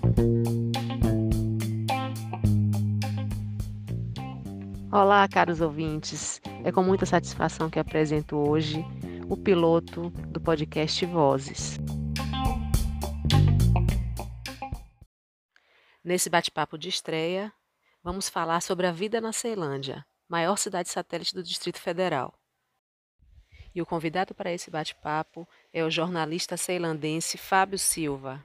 Olá, caros ouvintes. É com muita satisfação que apresento hoje o piloto do podcast Vozes. Nesse bate-papo de estreia, vamos falar sobre a vida na Ceilândia, maior cidade satélite do Distrito Federal. E o convidado para esse bate-papo é o jornalista ceilandense Fábio Silva.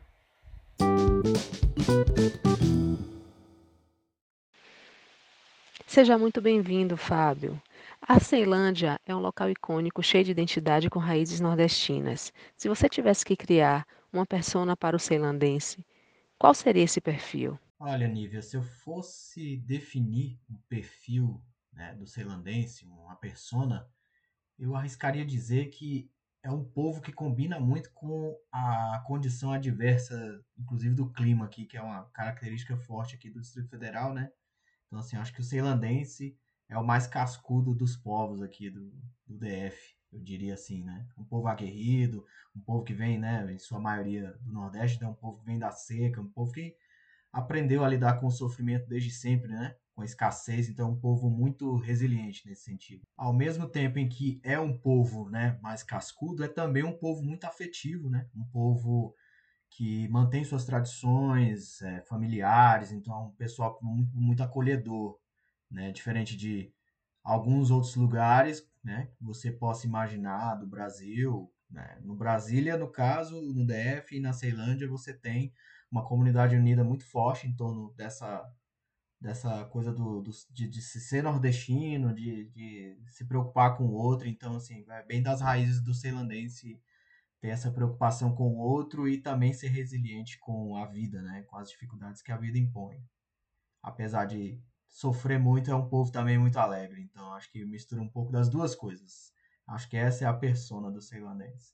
Seja muito bem-vindo, Fábio. A Ceilândia é um local icônico, cheio de identidade com raízes nordestinas. Se você tivesse que criar uma persona para o ceilandense, qual seria esse perfil? Olha, Nívia, se eu fosse definir um perfil, né, do ceilandense, uma persona, eu arriscaria dizer que é um povo que combina muito com a condição adversa, inclusive do clima aqui, que é uma característica forte aqui do Distrito Federal, né? Então, assim, eu acho que o ceilandense é o mais cascudo dos povos aqui do DF, eu diria assim, né? Um povo aguerrido, um povo que vem, né, em sua maioria do Nordeste, né? Um povo que vem da seca, um povo que aprendeu a lidar com o sofrimento desde sempre, né? Com a escassez, então é um povo muito resiliente nesse sentido. Ao mesmo tempo em que é um povo, né, mais cascudo, é também um povo muito afetivo, né? Um povo que mantém suas tradições familiares, então é um pessoal muito, muito acolhedor, né? Diferente de alguns outros lugares, né, que você possa imaginar do Brasil, né? No Brasília, no caso, no DF e na Ceilândia, você tem uma comunidade unida muito forte em torno dessa coisa de se ser nordestino, de se preocupar com o outro. Então, assim, é bem das raízes do ceilandense ter essa preocupação com o outro e também ser resiliente com a vida, né? Com as dificuldades que a vida impõe. Apesar de sofrer muito, é um povo também muito alegre. Então, acho que mistura um pouco das duas coisas. Acho que essa é a persona do ceilandense.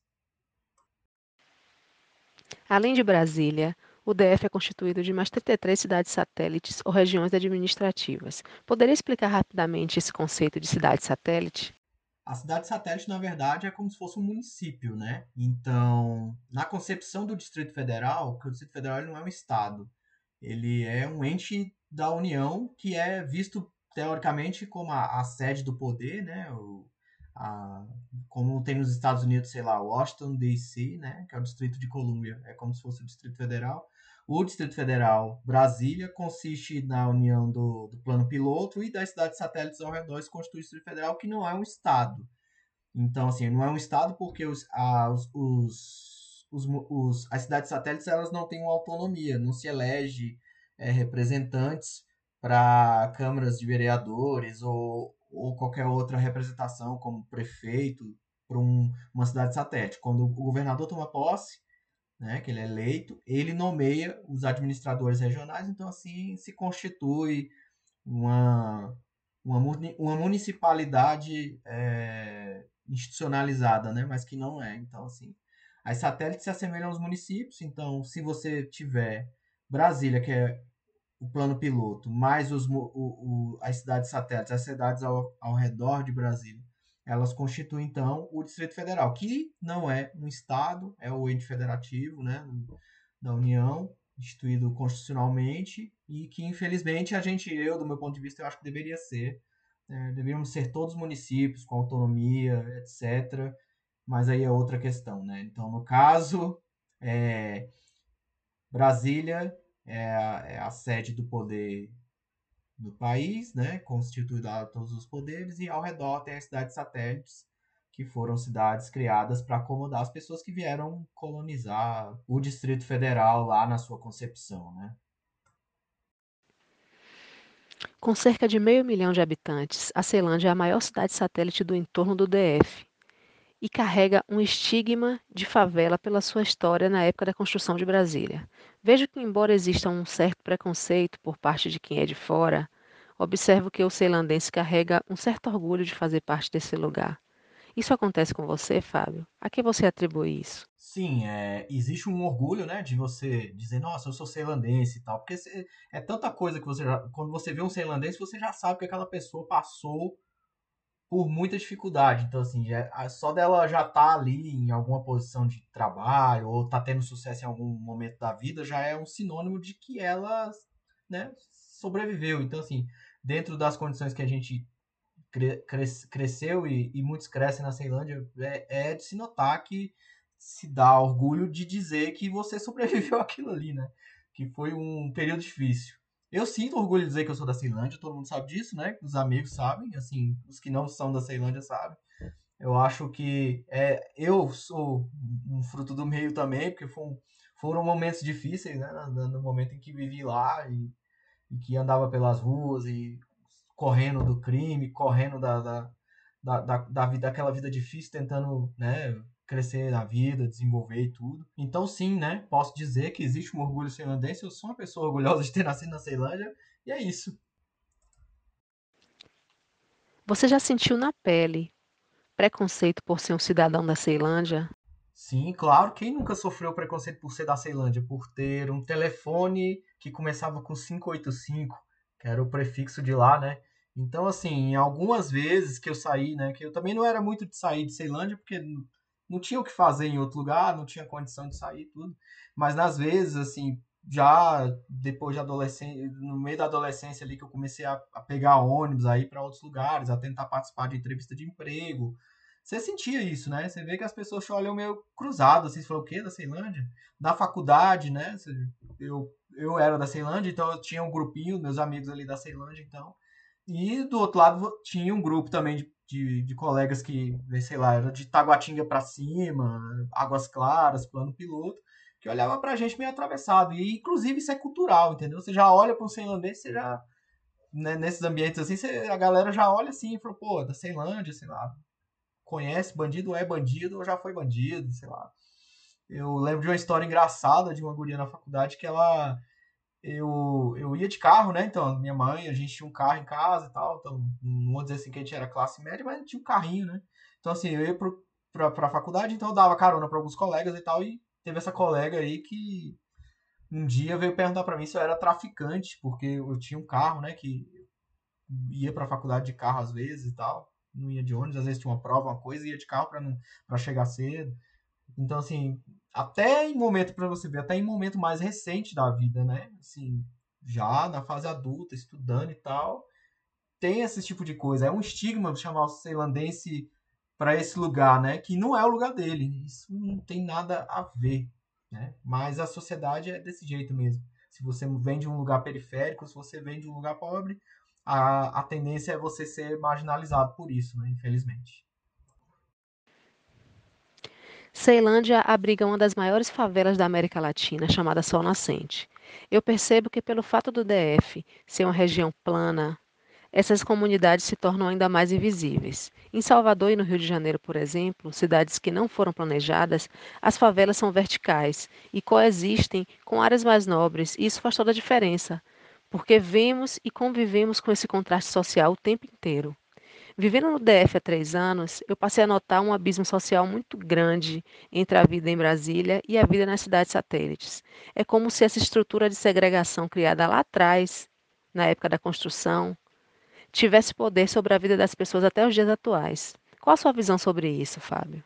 Além de Brasília, o DF é constituído de mais 33 cidades satélites ou regiões administrativas. Poderia explicar rapidamente esse conceito de cidade satélite? A cidade satélite, na verdade, é como se fosse um município, né? Então, na concepção do Distrito Federal, que o Distrito Federal ele não é um estado, ele é um ente da União que é visto teoricamente como a sede do poder, né? A, como tem nos Estados Unidos, sei lá, Washington DC, né? Que é o Distrito de Colômbia, é como se fosse o Distrito Federal. O Distrito Federal, Brasília, consiste na união do plano piloto e das cidades satélites ao redor, isso constitui o Distrito Federal, que não é um estado. Então, assim, não é um estado porque as cidades satélites elas não têm uma autonomia, não se elege representantes para câmaras de vereadores ou qualquer outra representação, como prefeito, para uma cidade satélite. Quando o governador toma posse, né, que ele é eleito, ele nomeia os administradores regionais, então assim se constitui uma, uma municipalidade institucionalizada, né? Mas que não é. Então, assim, as satélites se assemelham aos municípios. Então, se você tiver Brasília, que é o plano piloto, mais as cidades satélites, as cidades ao redor de Brasília, elas constituem, então, o Distrito Federal, que não é um estado, é o ente federativo, né? Da União, instituído constitucionalmente, e que infelizmente eu, do meu ponto de vista, eu acho que deveria ser. Deveríamos ser todos municípios com autonomia, etc. Mas aí é outra questão, né? Então, no caso, é, Brasília é a sede do poder do país, né? Constituída todos os poderes, e ao redor tem as cidades satélites, que foram cidades criadas para acomodar as pessoas que vieram colonizar o Distrito Federal lá na sua concepção, né? Com cerca de meio milhão de habitantes, a Ceilândia é a maior cidade satélite do entorno do DF e carrega um estigma de favela pela sua história na época da construção de Brasília. Vejo que, embora exista um certo preconceito por parte de quem é de fora, observo que o ceilandense carrega um certo orgulho de fazer parte desse lugar. Isso acontece com você, Fábio? A que você atribui isso? Sim, existe um orgulho, né, de você dizer, nossa, eu sou ceilandense e tal, porque é tanta coisa que quando você vê um ceilandense, você já sabe que aquela pessoa passou por muita dificuldade. Então, assim, só dela já tá ali em alguma posição de trabalho ou tá tendo sucesso em algum momento da vida já é um sinônimo de que ela, né, sobreviveu. Então, assim, dentro das condições que a gente cresceu e muitos crescem na Ceilândia, é de se notar que se dá orgulho de dizer que você sobreviveu àquilo ali, né? Que foi um período difícil. Eu sinto orgulho de dizer que eu sou da Ceilândia, todo mundo sabe disso, né? Os amigos sabem, assim, os que não são da Ceilândia sabem. Eu acho que eu sou um fruto do meio também, porque foram momentos difíceis, né? No momento em que vivi lá e que andava pelas ruas e correndo do crime, correndo da vida, daquela vida difícil, tentando, né, crescer na vida, desenvolver e tudo. Então, sim, né, posso dizer que existe um orgulho ceilandense. Eu sou uma pessoa orgulhosa de ter nascido na Ceilândia, e é isso. Você já sentiu na pele preconceito por ser um cidadão da Ceilândia? Sim, claro. Quem nunca sofreu preconceito por ser da Ceilândia? Por ter um telefone que começava com 585, que era o prefixo de lá, né? Então, assim, algumas vezes que eu saí, né? Que eu também não era muito de sair de Ceilândia, porque não tinha o que fazer em outro lugar, não tinha condição de sair e tudo. Mas nas vezes, assim, já depois de adolescência, no meio da adolescência ali que eu comecei a pegar ônibus aí para outros lugares, a tentar participar de entrevista de emprego, você sentia isso, né? Você vê que as pessoas te olham meio cruzado, assim, você falou o quê? Da Ceilândia? Da faculdade, né? Eu era da Ceilândia, então eu tinha um grupinho, meus amigos ali da Ceilândia, então. E do outro lado tinha um grupo também de colegas que, sei lá, era de Taguatinga pra cima, Águas Claras, Plano Piloto, que olhava pra gente meio atravessado. E inclusive isso é cultural, entendeu? Você já olha para um ceilândense, você já, né, nesses ambientes assim, a galera já olha assim e fala, pô, da Ceilândia, sei lá, conhece bandido, é bandido ou já foi bandido, sei lá. Eu lembro de uma história engraçada de uma guria na faculdade que ela. Eu ia de carro, né? Então, minha mãe, a gente tinha um carro em casa e tal. Então, não vou dizer assim que a gente era classe média, mas a gente tinha um carrinho, né? Então, assim, eu ia pra faculdade, então eu dava carona pra alguns colegas e tal. E teve essa colega aí que um dia veio perguntar pra mim se eu era traficante, porque eu tinha um carro, né? Que ia pra faculdade de carro às vezes e tal. Não ia de ônibus, às vezes tinha uma prova, uma coisa, ia de carro pra chegar cedo. Então, assim, até em momento, para você ver, até em momento mais recente da vida, né? Assim, já na fase adulta, estudando e tal, tem esse tipo de coisa. É um estigma chamar o ceilandense para esse lugar, né? Que não é o lugar dele. Isso não tem nada a ver, né? Mas a sociedade é desse jeito mesmo. Se você vem de um lugar periférico, se você vem de um lugar pobre, a tendência é você ser marginalizado por isso, né? Infelizmente. Ceilândia abriga uma das maiores favelas da América Latina, chamada Sol Nascente. Eu percebo que, pelo fato do DF ser uma região plana, essas comunidades se tornam ainda mais invisíveis. Em Salvador e no Rio de Janeiro, por exemplo, cidades que não foram planejadas, as favelas são verticais e coexistem com áreas mais nobres, e isso faz toda a diferença, porque vemos e convivemos com esse contraste social o tempo inteiro. Vivendo no DF há 3 anos, eu passei a notar um abismo social muito grande entre a vida em Brasília e a vida nas cidades satélites. É como se essa estrutura de segregação criada lá atrás, na época da construção, tivesse poder sobre a vida das pessoas até os dias atuais. Qual a sua visão sobre isso, Fábio?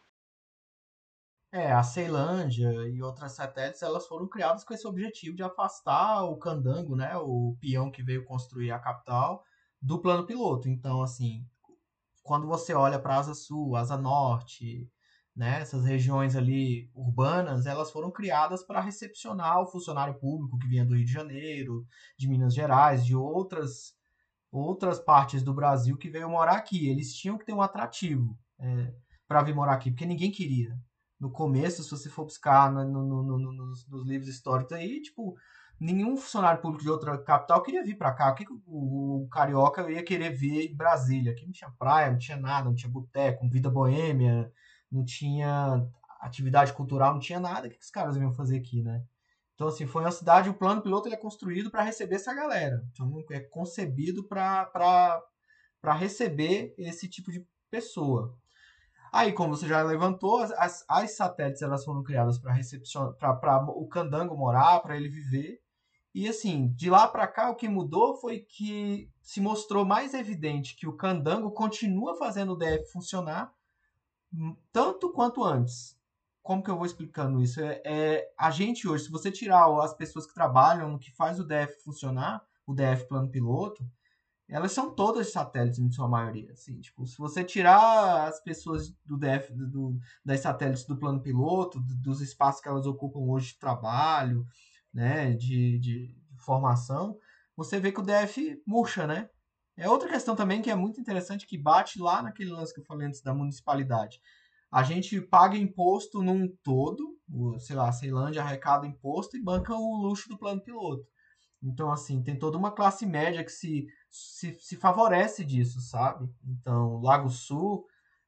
A Ceilândia e outras satélites, elas foram criadas com esse objetivo de afastar o candango, né, o peão que veio construir a capital, do plano piloto. Então, assim, quando você olha para a Asa Sul, Asa Norte, né, essas regiões ali urbanas, elas foram criadas para recepcionar o funcionário público que vinha do Rio de Janeiro, de Minas Gerais, de outras partes do Brasil que veio morar aqui. Eles tinham que ter um atrativo para vir morar aqui, porque ninguém queria. No começo, se você for buscar nos livros históricos aí, tipo, nenhum funcionário público de outra capital queria vir para cá. O que, que o carioca ia querer ver em Brasília? Aqui não tinha praia, não tinha nada, não tinha boteco, vida boêmia, não tinha atividade cultural, não tinha nada. O que, que os caras iam fazer aqui, né? Então, assim, foi uma cidade, o plano piloto ele é construído para receber essa galera. Então, é concebido para receber esse tipo de pessoa. Aí, como você já levantou, as satélites elas foram criadas para recepcionar, para o candango morar, para ele viver. E assim, de lá para cá, o que mudou foi que se mostrou mais evidente que o candango continua fazendo o DF funcionar tanto quanto antes. Como que eu vou explicando isso? A gente hoje, se você tirar as pessoas que trabalham no que faz o DF funcionar, o DF plano piloto, elas são todas satélites em sua maioria. Assim, tipo, se você tirar as pessoas do DF, das satélites do plano piloto, dos espaços que elas ocupam hoje de trabalho, né, de formação, você vê que o DF murcha, né? É outra questão também que é muito interessante, que bate lá naquele lance que eu falei antes da municipalidade. A gente paga imposto num todo, sei lá, a Ceilândia arrecada imposto e banca o luxo do plano piloto. Então, assim, tem toda uma classe média que se favorece disso, sabe? Então, Lago Sul,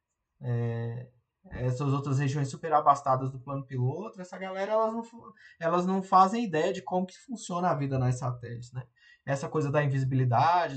essas outras regiões super abastadas do plano piloto, essa galera, elas não fazem ideia de como que funciona a vida nas satélites, né? Essa coisa da invisibilidade,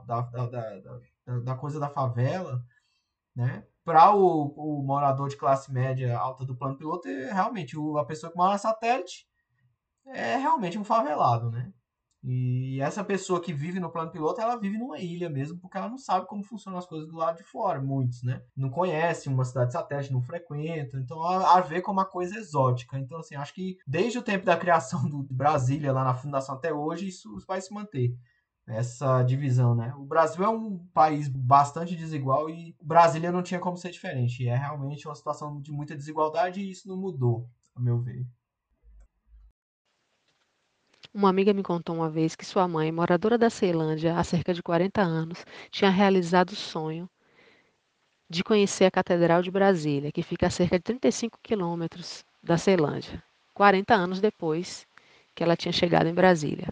da coisa da favela, né? Para o morador de classe média alta do plano piloto, realmente, a pessoa que mora na satélite é realmente um favelado, né? E essa pessoa que vive no plano piloto, ela vive numa ilha mesmo, porque ela não sabe como funcionam as coisas do lado de fora, muitos, né? Não conhece uma cidade satélite, não frequenta, então a ver como uma coisa exótica. Então, assim, acho que desde o tempo da criação do Brasília, lá na fundação até hoje, isso vai se manter. Essa divisão, né? O Brasil é um país bastante desigual e Brasília não tinha como ser diferente. E é realmente uma situação de muita desigualdade e isso não mudou, a meu ver. Uma amiga me contou uma vez que sua mãe, moradora da Ceilândia há cerca de 40 anos, tinha realizado o sonho de conhecer a Catedral de Brasília, que fica a cerca de 35 quilômetros da Ceilândia, 40 anos depois que ela tinha chegado em Brasília.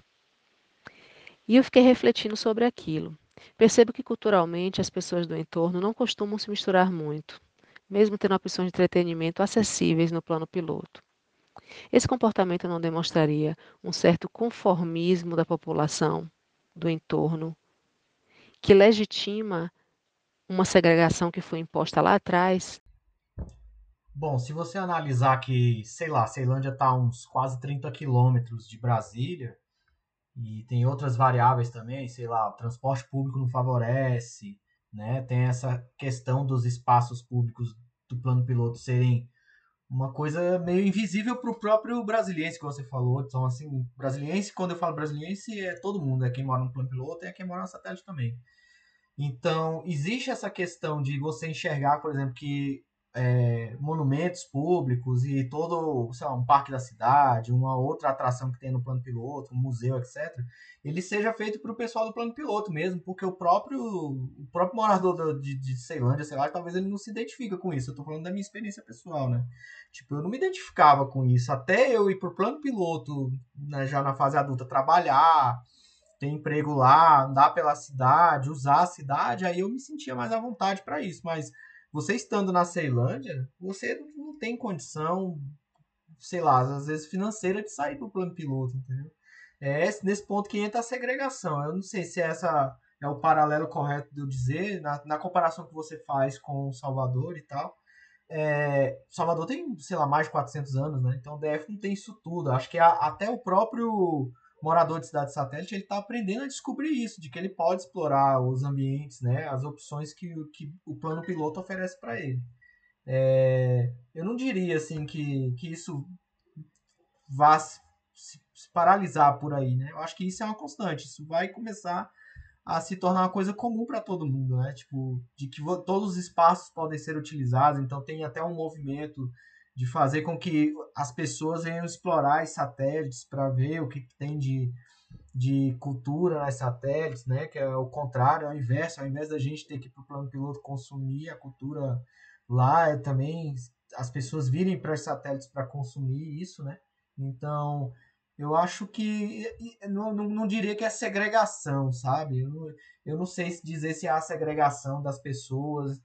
E eu fiquei refletindo sobre aquilo. Percebo que culturalmente as pessoas do entorno não costumam se misturar muito, mesmo tendo opções de entretenimento acessíveis no plano piloto. Esse comportamento não demonstraria um certo conformismo da população do entorno, que legitima uma segregação que foi imposta lá atrás? Bom, se você analisar que, sei lá, Ceilândia está a uns quase 30 quilômetros de Brasília, e tem outras variáveis também, sei lá, o transporte público não favorece, né? Tem essa questão dos espaços públicos do plano piloto serem uma coisa meio invisível para o próprio brasiliense que você falou. Então, assim, brasiliense, quando eu falo brasiliense, é todo mundo, é quem mora no plano piloto, é quem mora na satélite também. Então, existe essa questão de você enxergar, por exemplo, que monumentos públicos e todo, sei lá, um parque da cidade, uma outra atração que tem no plano piloto, um museu, etc., ele seja feito para o pessoal do plano piloto mesmo, porque o próprio morador de Ceilândia, sei lá, talvez ele não se identifica com isso. Eu estou falando da minha experiência pessoal, né? Tipo, eu não me identificava com isso. Até eu ir para o plano piloto, né, já na fase adulta, trabalhar, ter emprego lá, andar pela cidade, usar a cidade, aí eu me sentia mais à vontade para isso. Mas você estando na Ceilândia, você não tem condição, sei lá, às vezes financeira de sair para o plano piloto, entendeu? É nesse ponto que entra a segregação. Eu não sei se essa é o paralelo correto de eu dizer, na comparação que você faz com Salvador e tal. Salvador tem, sei lá, mais de 400 anos, né? Então o DF não tem isso tudo. Acho que até o próprio morador de cidade satélite ele está aprendendo a descobrir isso, de que ele pode explorar os ambientes, né? As opções que o plano piloto oferece para ele. Eu não diria assim que isso vá se paralisar por aí, né? Eu acho que isso é uma constante. Isso vai começar a se tornar uma coisa comum para todo mundo, né? Tipo, de que todos os espaços podem ser utilizados, então tem até um movimento de fazer com que as pessoas venham explorar os satélites para ver o que tem de cultura nas satélites, né? Que é o contrário, é o inverso, ao invés da gente ter que ir para o plano piloto consumir a cultura lá, também as pessoas virem para os satélites para consumir isso, né? Então, eu acho que não diria que é segregação, sabe? Eu não sei dizer se há segregação das pessoas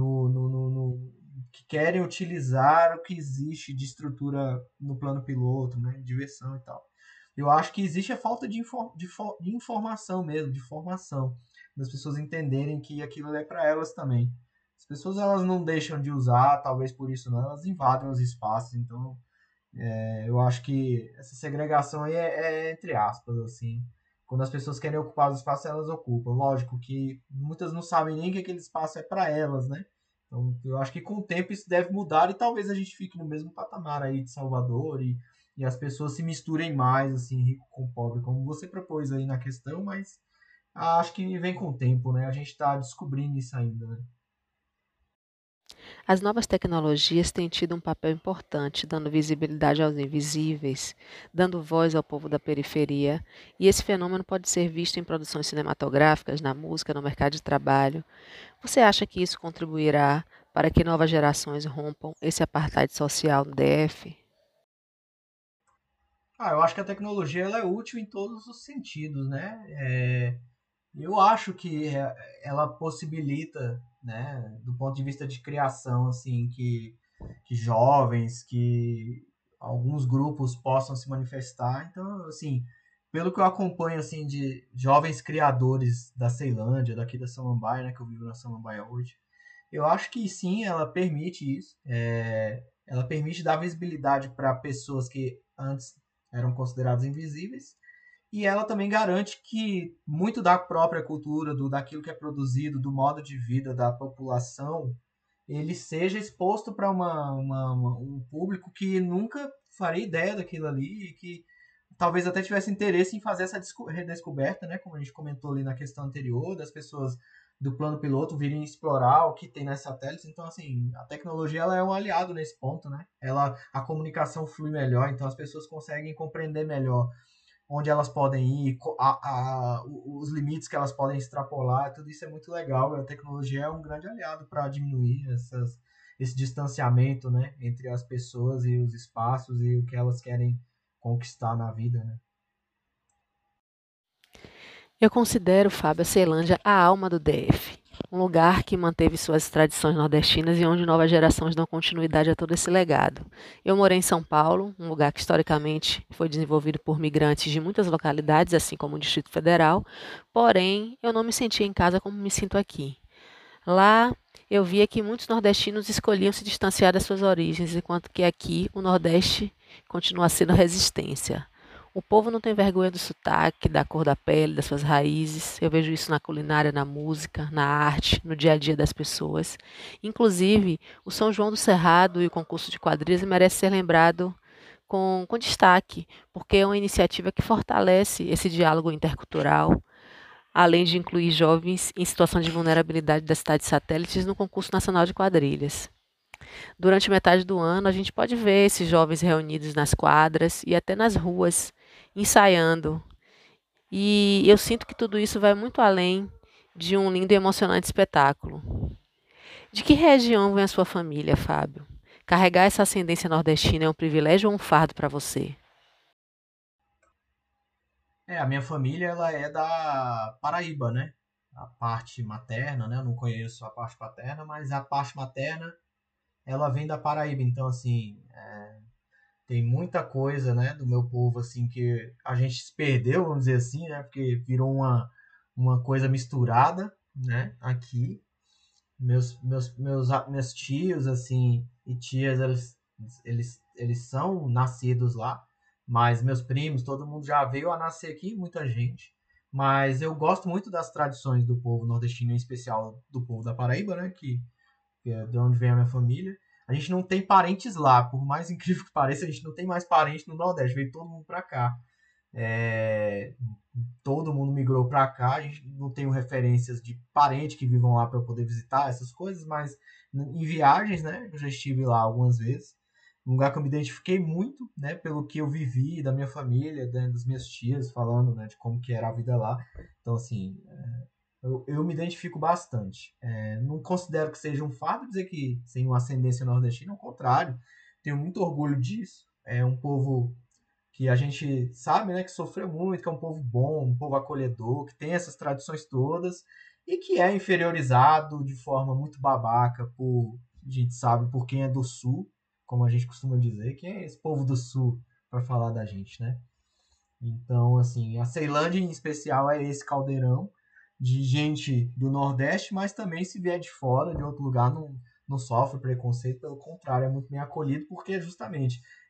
que querem utilizar o que existe de estrutura no plano piloto, né? Diversão e tal. Eu acho que existe a falta de informação mesmo, de formação, das pessoas entenderem que aquilo é para elas também. As pessoas elas não deixam de usar, talvez por isso não, elas invadem os espaços. Então, Eu acho que essa segregação aí é entre aspas, assim. Quando as pessoas querem ocupar os espaços, elas ocupam. Lógico que muitas não sabem nem que aquele espaço é para elas, né? Então, eu acho que com o tempo isso deve mudar e talvez a gente fique no mesmo patamar aí de Salvador e as pessoas se misturem mais, assim, rico com pobre, como você propôs aí na questão, mas acho que vem com o tempo, né? A gente está descobrindo isso ainda, né? As novas tecnologias têm tido um papel importante, dando visibilidade aos invisíveis, dando voz ao povo da periferia, e esse fenômeno pode ser visto em produções cinematográficas, na música, no mercado de trabalho. Você acha que isso contribuirá para que novas gerações rompam esse apartheid social no DF? Eu acho que a tecnologia ela é útil em todos os sentidos, né? Eu acho que ela possibilita, né, do ponto de vista de criação, assim, que jovens, que alguns grupos possam se manifestar. Então, assim, pelo que eu acompanho, assim, de jovens criadores da Ceilândia, daqui da Samambaia, né, que eu vivo na Samambaia hoje, eu acho que sim, ela permite isso. Ela permite dar visibilidade para pessoas que antes eram consideradas invisíveis e ela também garante que muito da própria cultura, daquilo que é produzido, do modo de vida da população, ele seja exposto para um público que nunca faria ideia daquilo ali e que talvez até tivesse interesse em fazer essa redescoberta, né? Como a gente comentou ali na questão anterior, das pessoas do plano piloto virem explorar o que tem nas satélites. Então, assim, a tecnologia ela é um aliado nesse ponto, né? A comunicação flui melhor, então as pessoas conseguem compreender melhor onde elas podem ir, os limites que elas podem extrapolar, tudo isso é muito legal. A tecnologia é um grande aliado para diminuir esse distanciamento, né, entre as pessoas e os espaços e o que elas querem conquistar na vida, né? Eu considero, Fábio, a Ceilândia a alma do DF, um lugar que manteve suas tradições nordestinas e onde novas gerações dão continuidade a todo esse legado. Eu morei em São Paulo, um lugar que historicamente foi desenvolvido por migrantes de muitas localidades, assim como o Distrito Federal, porém eu não me sentia em casa como me sinto aqui. Lá eu via que muitos nordestinos escolhiam se distanciar das suas origens, enquanto que aqui o Nordeste continua sendo resistência. O povo não tem vergonha do sotaque, da cor da pele, das suas raízes. Eu vejo isso na culinária, na música, na arte, no dia a dia das pessoas. Inclusive, o São João do Cerrado e o concurso de quadrilhas merece ser lembrado com destaque, porque é uma iniciativa que fortalece esse diálogo intercultural, além de incluir jovens em situação de vulnerabilidade das cidades satélites no concurso nacional de quadrilhas. Durante metade do ano, a gente pode ver esses jovens reunidos nas quadras e até nas ruas, ensaiando. E eu sinto que tudo isso vai muito além de um lindo e emocionante espetáculo. De que região vem a sua família, Fábio? Carregar essa ascendência nordestina é um privilégio ou um fardo para você? A minha família ela é da Paraíba, né? A parte materna, né? Eu não conheço a parte paterna, mas a parte materna ela vem da Paraíba. Então, assim, tem muita coisa, né, do meu povo, assim, que a gente se perdeu, vamos dizer assim, né, porque virou uma coisa misturada, né, aqui. Meus tios, assim, e tias, eles são nascidos lá, mas meus primos, todo mundo já veio a nascer aqui, muita gente. Mas eu gosto muito das tradições do povo nordestino, em especial do povo da Paraíba, né, que é de onde vem a minha família. A gente não tem parentes lá, por mais incrível que pareça, a gente não tem mais parente no Nordeste, veio todo mundo pra cá. É, todo mundo migrou pra cá, a gente não tem referências de parente que vivam lá para poder visitar essas coisas, mas em viagens, né, eu já estive lá algumas vezes. Um lugar que eu me identifiquei muito, né, pelo que eu vivi da minha família, né, das minhas tias falando, né, de como que era a vida lá. Então, assim, eu me identifico bastante. Não considero que seja um fardo dizer que tem uma ascendência nordestina, ao contrário, tenho muito orgulho disso. É um povo que a gente sabe, né, que sofreu muito, que é um povo bom, um povo acolhedor, que tem essas tradições todas e que é inferiorizado de forma muito babaca a gente sabe, por quem é do sul, como a gente costuma dizer, quem é esse povo do sul para falar da gente, né? Então, assim, a Ceilândia em especial é esse caldeirão de gente do Nordeste, mas também se vier de fora, de outro lugar, não sofre preconceito, pelo contrário, é muito bem acolhido, porque justamente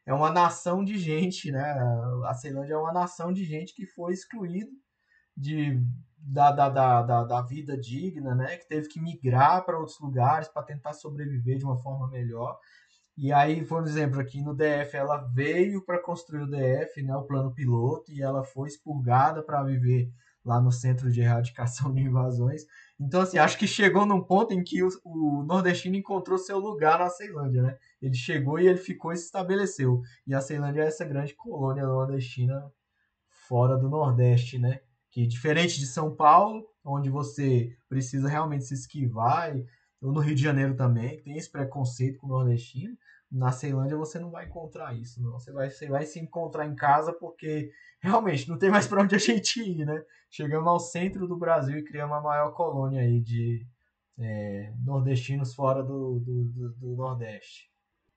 é uma nação de gente, né? A Ceilândia é uma nação de gente que foi excluída de, da vida digna, né? Que teve que migrar para outros lugares para tentar sobreviver de uma forma melhor. E aí, por exemplo, aqui no DF, ela veio para construir o DF, né, o plano piloto, e ela foi expurgada para viver lá no Centro de Erradicação de Invasões. Então, assim, acho que chegou num ponto em que o nordestino encontrou seu lugar na Ceilândia, né? Ele chegou e ele ficou e se estabeleceu. E a Ceilândia é essa grande colônia nordestina fora do Nordeste, né? Que diferente de São Paulo, onde você precisa realmente se esquivar, ou no Rio de Janeiro também, que tem esse preconceito com o nordestino, na Ceilândia você não vai encontrar isso, não. Você vai se encontrar em casa porque realmente não tem mais para onde a gente ir, né? Chegamos ao centro do Brasil e criamos a maior colônia aí de nordestinos fora do Nordeste.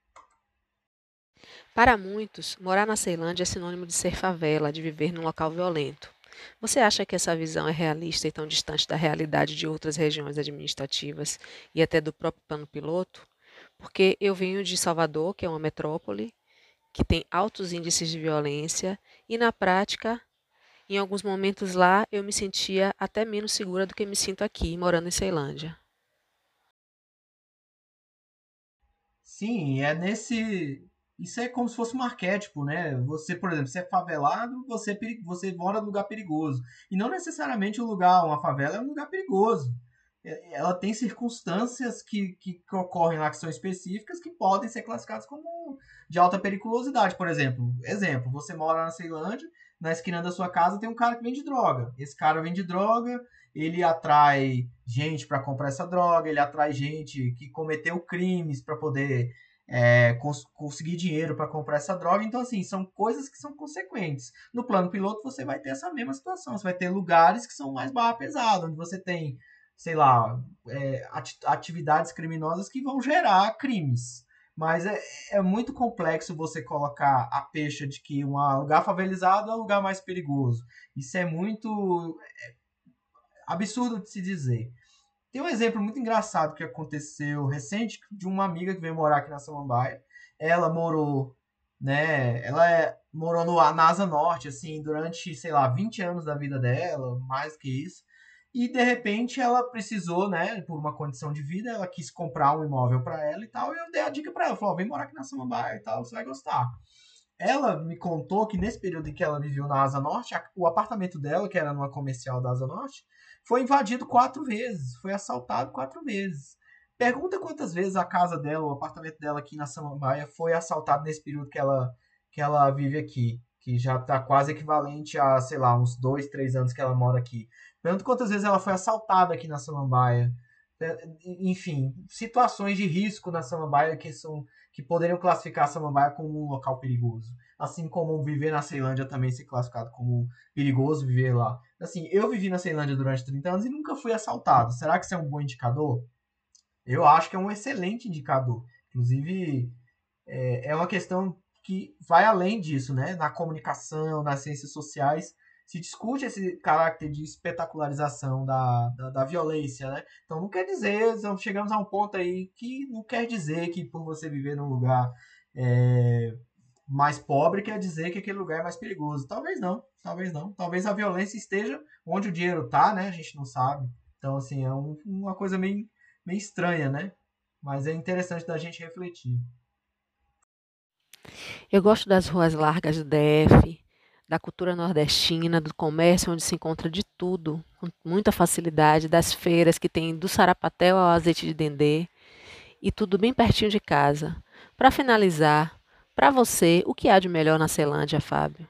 Para muitos, morar na Ceilândia é sinônimo de ser favela, de viver num local violento. Você acha que essa visão é realista e tão distante da realidade de outras regiões administrativas e até do próprio plano piloto? Porque eu venho de Salvador, que é uma metrópole, que tem altos índices de violência, e na prática, em alguns momentos lá, eu me sentia até menos segura do que me sinto aqui, morando em Ceilândia. Sim, é nesse. Isso é como se fosse um arquétipo, né? Você, por exemplo, você é favelado, você mora num lugar perigoso. E não necessariamente um lugar, uma favela é um lugar perigoso. Ela tem circunstâncias que ocorrem lá que são específicas que podem ser classificadas como de alta periculosidade. Por exemplo, você mora na Ceilândia, na esquina da sua casa tem um cara que vende droga. Esse cara vende droga, ele atrai gente para comprar essa droga, ele atrai gente que cometeu crimes para poder conseguir dinheiro para comprar essa droga. Então, assim, são coisas que são consequentes. No plano piloto, você vai ter essa mesma situação. Você vai ter lugares que são mais barra pesada, onde você tem, sei lá, atividades criminosas que vão gerar crimes. Mas é muito complexo você colocar a pecha de que um lugar favelizado é o lugar mais perigoso. Isso é muito absurdo de se dizer. Tem um exemplo muito engraçado que aconteceu recente de uma amiga que veio morar aqui na Samambaia. Ela morou, né? Morou na Asa Norte, assim, durante, sei lá, 20 anos da vida dela, mais que isso. E de repente ela precisou, né, por uma condição de vida, ela quis comprar um imóvel para ela e tal. E eu dei a dica para ela, falou: vem morar aqui na Samambaia e tal, você vai gostar. Ela me contou que nesse período em que ela viveu na Asa Norte, o apartamento dela, que era numa comercial da Asa Norte, foi invadido 4 vezes, foi assaltado 4 vezes. Pergunta quantas vezes a casa dela, o apartamento dela aqui na Samambaia foi assaltado nesse período que ela vive aqui, que já está quase equivalente a, sei lá, uns 2, 3 anos que ela mora aqui. Pergunta quantas vezes ela foi assaltada aqui na Samambaia. Enfim, situações de risco na Samambaia que poderiam classificar a Samambaia como um local perigoso. Assim como viver na Ceilândia também ser classificado como perigoso viver lá. Assim, eu vivi na Ceilândia durante 30 anos e nunca fui assaltado. Será que isso é um bom indicador? Eu acho que é um excelente indicador. Inclusive, é uma questão que vai além disso, né? Na comunicação, nas ciências sociais, se discute esse caráter de espetacularização da violência, né? Então não quer dizer, então chegamos a um ponto aí que não quer dizer que por você viver num lugar é, mais pobre quer dizer que aquele lugar é mais perigoso. Talvez não, talvez não. Talvez a violência esteja onde o dinheiro tá, né? A gente não sabe. Então, assim, é uma coisa meio estranha, né? Mas é interessante da gente refletir. Eu gosto das ruas largas do DF, da cultura nordestina, do comércio onde se encontra de tudo, com muita facilidade, das feiras que tem do sarapatel ao azeite de dendê, e tudo bem pertinho de casa. Para finalizar, para você, o que há de melhor na Ceilândia, Fábio?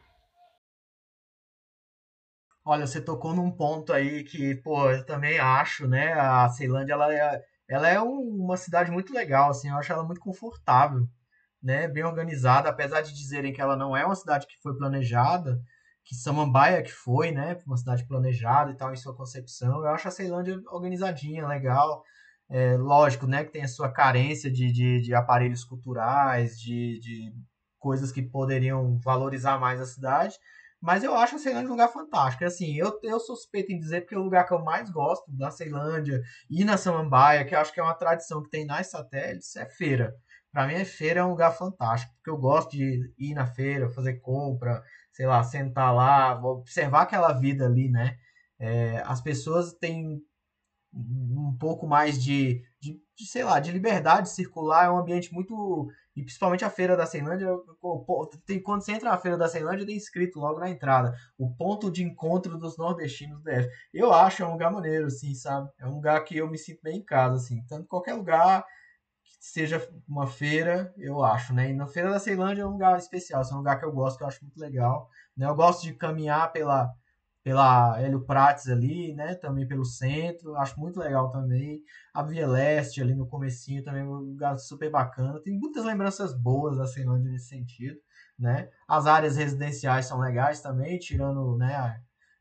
Olha, você tocou num ponto aí que, pô, eu também acho, né? A Ceilândia, uma cidade muito legal, assim, eu acho ela muito confortável, né? Bem organizada, apesar de dizerem que ela não é uma cidade que foi planejada, que Samambaia que foi, né? Uma cidade planejada e tal, em sua concepção. Eu acho a Ceilândia organizadinha, legal. Lógico, né, que tem a sua carência de aparelhos culturais, de coisas que poderiam valorizar mais a cidade, mas eu acho a Ceilândia um lugar fantástico. Assim, eu sou suspeito em dizer porque o lugar que eu mais gosto na Ceilândia e na Samambaia, que eu acho que é uma tradição que tem nas satélites, é feira. Para mim, a feira é um lugar fantástico, porque eu gosto de ir na feira, fazer compra, sei lá, sentar lá, observar aquela vida ali, né? As pessoas têm um pouco mais sei lá, de liberdade circular, é um ambiente muito. E principalmente a Feira da Ceilândia, quando você entra na Feira da Ceilândia, tem escrito logo na entrada, o ponto de encontro dos nordestinos do DF. Eu acho é um lugar maneiro, assim, sabe? É um lugar que eu me sinto bem em casa, assim. Tanto qualquer lugar que seja uma feira, eu acho, né? E na Feira da Ceilândia é um lugar especial, é um lugar que eu gosto, que eu acho muito legal, né? Eu gosto de caminhar pela Hélio Prates ali, né? Também pelo centro, acho muito legal também. A Via Leste ali no comecinho também é um lugar super bacana. Tem muitas lembranças boas da Ceilândia nesse sentido, né? As áreas residenciais são legais também, tirando, né?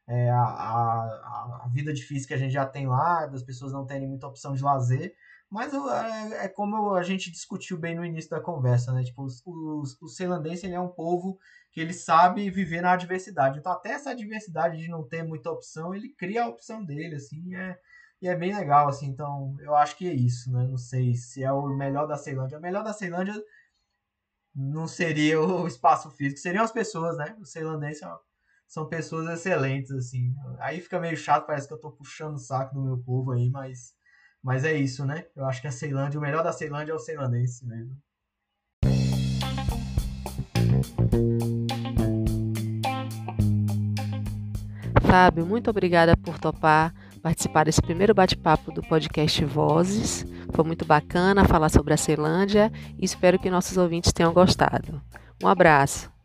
A vida difícil que a gente já tem lá, das pessoas não terem muita opção de lazer, mas como a gente discutiu bem no início da conversa, né? Tipo, o ceilandense ele é um povo que ele sabe viver na adversidade. Então, até essa adversidade de não ter muita opção, ele cria a opção dele, assim, e é bem legal, assim. Então, eu acho que é isso, né? Não sei se é o melhor da Ceilândia. O melhor da Ceilândia não seria o espaço físico, seriam as pessoas, né? Os ceilandenses são pessoas excelentes, assim. Aí fica meio chato, parece que eu tô puxando o saco do meu povo aí, mas é isso, né? Eu acho que a Ceilândia, o melhor da Ceilândia é o ceilandense mesmo. Fábio, muito obrigada por topar participar desse primeiro bate-papo do podcast Vozes. Foi muito bacana falar sobre a Ceilândia e espero que nossos ouvintes tenham gostado. Um abraço.